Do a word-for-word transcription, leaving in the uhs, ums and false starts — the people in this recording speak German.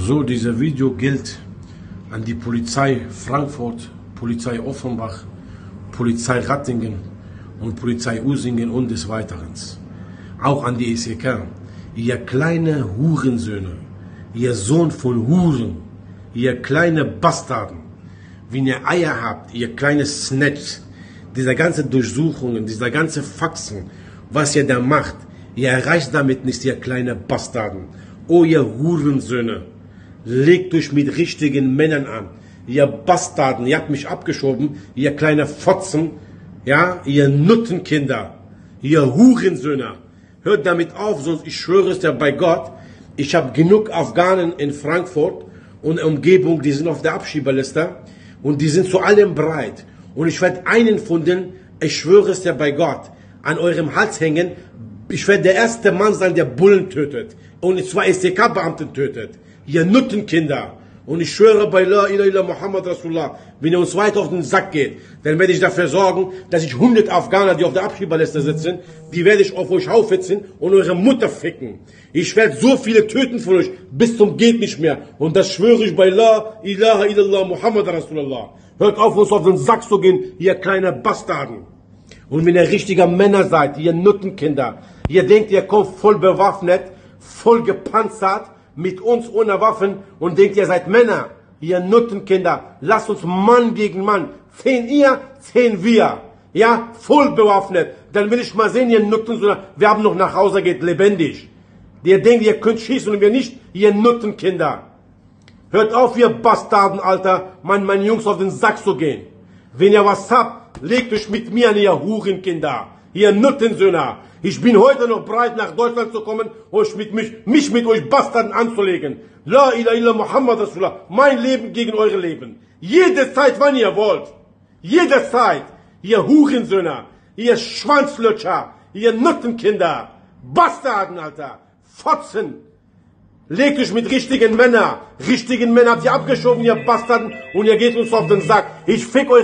So, dieser Video gilt an die Polizei Frankfurt, Polizei Offenbach, Polizei Rattingen und Polizei Usingen und des Weiteren. Auch an die E C K. Ihr kleine Hurensöhne, ihr Sohn von Huren, ihr kleine Bastarden, wenn ihr Eier habt, ihr kleines Snatch, diese ganze Durchsuchungen, dieser ganze Faxen, was ihr da macht, ihr erreicht damit nicht, ihr kleine Bastarden. Oh, ihr Hurensöhne, legt euch mit richtigen Männern an. Ihr Bastarden, ihr habt mich abgeschoben, ihr kleine Fotzen, ja, ihr Nuttenkinder, ihr Hurensöhne. Hört damit auf, sonst ich schwöre es dir bei Gott, ich habe genug Afghanen in Frankfurt und Umgebung, die sind auf der Abschieberliste und die sind zu allem bereit. Und ich werde einen von denen, ich schwöre es dir bei Gott, an eurem Hals hängen. Ich werde der erste Mann sein, der Bullen tötet. Und zwar S D K-Beamten tötet. Ihr Nuttenkinder. Und ich schwöre bei La ilaha illa Muhammad Rasulullah, wenn ihr uns weiter auf den Sack geht, dann werde ich dafür sorgen, dass ich hundert Afghaner, die auf der Abschieberliste sitzen, die werde ich auf euch aufhetzen und eure Mutter ficken. Ich werde so viele töten von euch, bis zum geht nicht mehr. Und das schwöre ich bei La ilaha illa Muhammad Rasulullah. Hört auf, uns auf den Sack zu gehen, ihr kleine Bastarden. Und wenn ihr richtiger Männer seid, ihr Nuttenkinder, ihr denkt, ihr kommt voll bewaffnet, voll gepanzert, mit uns ohne Waffen und denkt, ihr seid Männer, ihr Nuttenkinder, lasst uns Mann gegen Mann, zehn ihr, zehn wir, ja, voll bewaffnet, dann will ich mal sehen, ihr Nuttensöhne, wir haben noch nach Hause geht, lebendig. Ihr denkt, ihr könnt schießen und wir nicht, ihr Nuttenkinder. Hört auf, ihr Bastarden, Alter, meinen meine Jungs auf den Sack zu gehen. Wenn ihr was habt, legt euch mit mir an, ihr Hurenkinder, ihr Nuttensöhne. Ich bin heute noch bereit, nach Deutschland zu kommen, euch mit mich, mich mit euch Bastarden anzulegen. La ilaha illa Muhammad Rasulullah. Mein Leben gegen eure Leben. Jede Zeit, wann ihr wollt. Jede Zeit. Ihr Hurensöhne, ihr Schwanzlutscher, ihr Nuttenkinder, Bastarden, Alter, Fotzen. Legt euch mit richtigen Männern. Richtigen Männern habt ihr abgeschoben, ihr Bastarden, und ihr geht uns auf den Sack. Ich fick euch.